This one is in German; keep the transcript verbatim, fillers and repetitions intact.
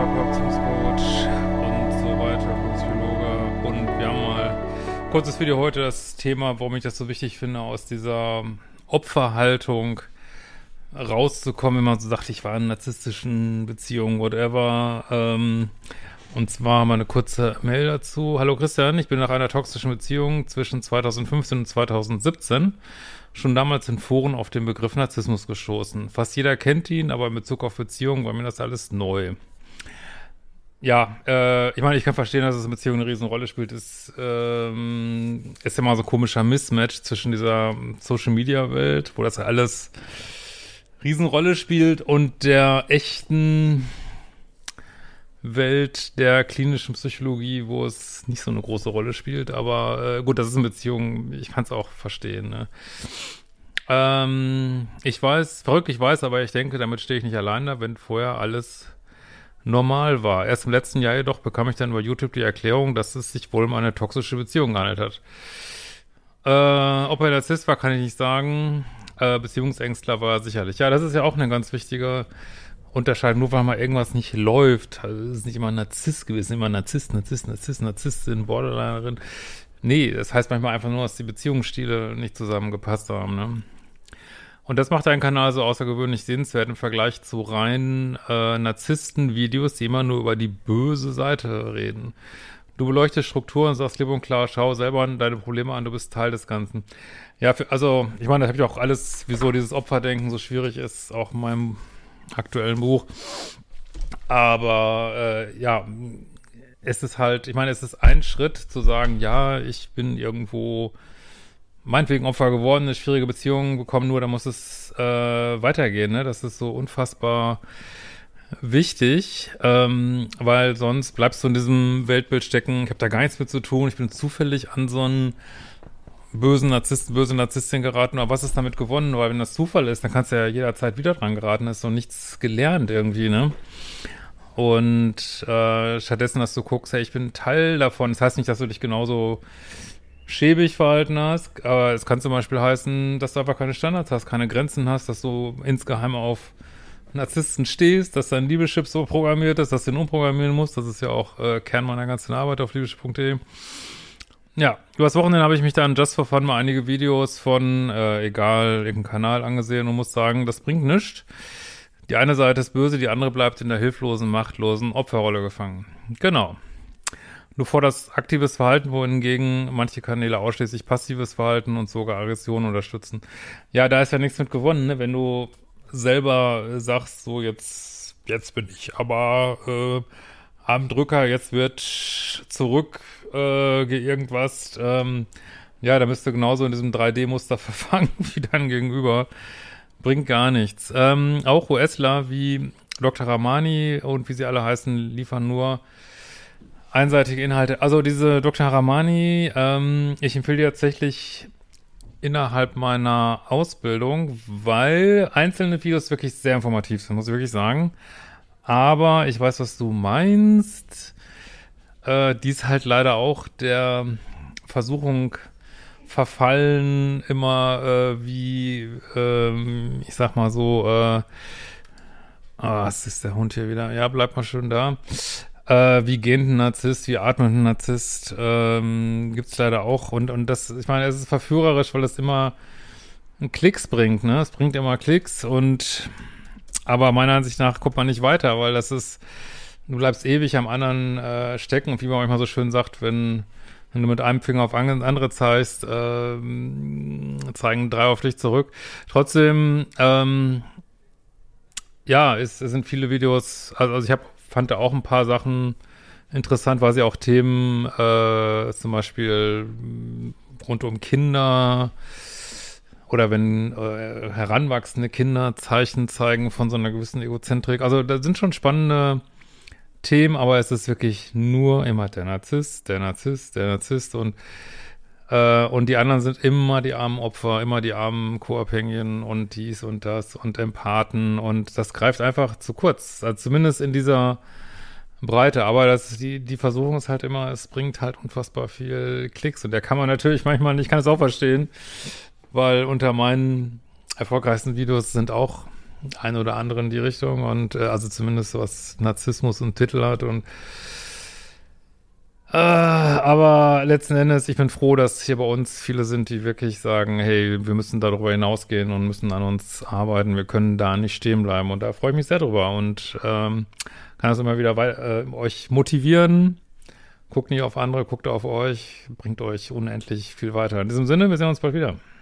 Paartherapeut, Beziehungscoach und so weiter, Psychologe. Und wir haben mal kurzes Video heute, das Thema, warum ich das so wichtig finde, aus dieser Opferhaltung rauszukommen, wenn man so sagt, ich war in narzisstischen Beziehungen, whatever. Ähm, und zwar mal eine kurze Mail dazu. Hallo Christian, ich bin nach einer toxischen Beziehung zwischen zweitausendfünfzehn und zweitausendsiebzehn schon damals in Foren auf den Begriff Narzissmus gestoßen. Fast jeder kennt ihn, aber in Bezug auf Beziehungen war mir das alles neu. Ja, äh, ich meine, ich kann verstehen, dass es in Beziehungen eine Riesenrolle spielt. Es ähm, ist ja mal so ein komischer Mismatch zwischen dieser Social-Media-Welt, wo das alles Riesenrolle spielt, und der echten Welt der klinischen Psychologie, wo es nicht so eine große Rolle spielt. Aber äh, gut, das ist in Beziehungen, ich kann es auch verstehen. Ne? Ähm, ich weiß, verrückt, ich weiß, aber ich denke, damit stehe ich nicht allein da, wenn vorher alles normal war. Erst im letzten Jahr jedoch bekam ich dann über YouTube die Erklärung, dass es sich wohl um eine toxische Beziehung gehandelt hat. Äh, ob er Narzisst war, kann ich nicht sagen. Äh, Beziehungsängstler war er sicherlich. Ja, das ist ja auch eine ganz wichtige Unterscheidung. Nur weil mal irgendwas nicht läuft, also es ist nicht immer ein Narzisst gewesen, immer Narzisst, Narzisst, Narzisst, Narzisstin, Borderlinerin. Nee, das heißt manchmal einfach nur, dass die Beziehungsstile nicht zusammengepasst haben, ne? Und das macht deinen Kanal so außergewöhnlich sehenswert im Vergleich zu reinen äh, Narzissten-Videos, die immer nur über die böse Seite reden. Du beleuchtest Strukturen und sagst klipp und klar, schau selber deine Probleme an, du bist Teil des Ganzen. Ja, für, also ich meine, da habe ich auch alles, wieso dieses Opferdenken so schwierig ist, auch in meinem aktuellen Buch. Aber äh, ja, es ist halt, ich meine, es ist ein Schritt zu sagen, ja, ich bin irgendwo meinetwegen Opfer geworden, eine schwierige Beziehung bekommen, nur da muss es äh, weitergehen, ne? Das ist so unfassbar wichtig, ähm, weil sonst bleibst du in diesem Weltbild stecken, ich habe da gar nichts mit zu tun, ich bin zufällig an so einen bösen Narzissten, böse Narzisstin geraten, aber was ist damit gewonnen? Weil wenn das Zufall ist, dann kannst du ja jederzeit wieder dran geraten, ist so nichts gelernt irgendwie, ne? Und äh, stattdessen, dass du guckst, hey, ich bin Teil davon, das heißt nicht, dass du dich genauso schäbig verhalten hast, aber es kann zum Beispiel heißen, dass du einfach keine Standards hast, keine Grenzen hast, dass du insgeheim auf Narzissten stehst, dass dein Liebeschip so programmiert ist, dass du ihn umprogrammieren musst. Das ist ja auch äh, Kern meiner ganzen Arbeit auf liebeschip punkt de. Ja, übers Wochenende habe ich mich dann just for fun mal einige Videos von, äh, egal, irgendeinem Kanal angesehen und muss sagen, das bringt nichts. Die eine Seite ist böse, die andere bleibt in der hilflosen, machtlosen Opferrolle gefangen. Genau. Du forderst aktives Verhalten, wohingegen manche Kanäle ausschließlich passives Verhalten und sogar Aggression unterstützen. Ja, da ist ja nichts mit gewonnen, ne? Wenn du selber sagst, so jetzt, jetzt bin ich aber äh, am Drücker, jetzt wird zurück äh, irgendwas, ähm, ja, da bist du genauso in diesem drei D-Muster verfangen wie dein Gegenüber. Bringt gar nichts. Ähm, auch USler wie Doktor Ramani und wie sie alle heißen, liefern nur einseitige Inhalte. Also diese Doktor Ramani, ähm, ich empfehle dir tatsächlich innerhalb meiner Ausbildung, weil einzelne Videos wirklich sehr informativ sind, muss ich wirklich sagen. Aber ich weiß, was du meinst. Äh, die ist halt leider auch der Versuchung verfallen, immer äh, wie, ähm, ich sag mal so, äh, ah, was ist der Hund hier wieder? Ja, bleib mal schön da. Äh, wie gehend ein Narzisst, wie atmet ein Narzisst, ähm, gibt's leider auch. Und, und das, ich meine, es ist verführerisch, weil es immer Klicks bringt, ne? Es bringt immer Klicks und, aber meiner Ansicht nach kommt man nicht weiter, weil das ist, du bleibst ewig am anderen äh, stecken und wie man manchmal so schön sagt, wenn, wenn du mit einem Finger auf andere zeigst, äh, zeigen drei auf dich zurück. Trotzdem, ähm, ja, es, es sind viele Videos, also, also ich habe fand da auch ein paar Sachen interessant, weil sie auch Themen, äh, zum Beispiel rund um Kinder oder wenn äh, heranwachsende Kinder Zeichen zeigen von so einer gewissen Egozentrik. Also da sind schon spannende Themen, aber es ist wirklich nur immer der Narzisst, der Narzisst, der Narzisst und äh, und die anderen sind immer die armen Opfer, immer die armen Co-Abhängigen und dies und das und Empathen und das greift einfach zu kurz. Also zumindest in dieser Breite. Aber das die die Versuchung ist halt immer, es bringt halt unfassbar viel Klicks und der kann man natürlich manchmal nicht, ich kann es auch verstehen, weil unter meinen erfolgreichsten Videos sind auch ein oder andere in die Richtung und äh, also zumindest was Narzissmus und Titel hat und äh, aber letzten Endes, ich bin froh, dass hier bei uns viele sind, die wirklich sagen, hey, wir müssen darüber hinausgehen und müssen an uns arbeiten, wir können da nicht stehen bleiben und da freue ich mich sehr drüber und ähm, kann das immer wieder wei- äh, euch motivieren. Guckt nicht auf andere, guckt auf euch, bringt euch unendlich viel weiter. In diesem Sinne, wir sehen uns bald wieder.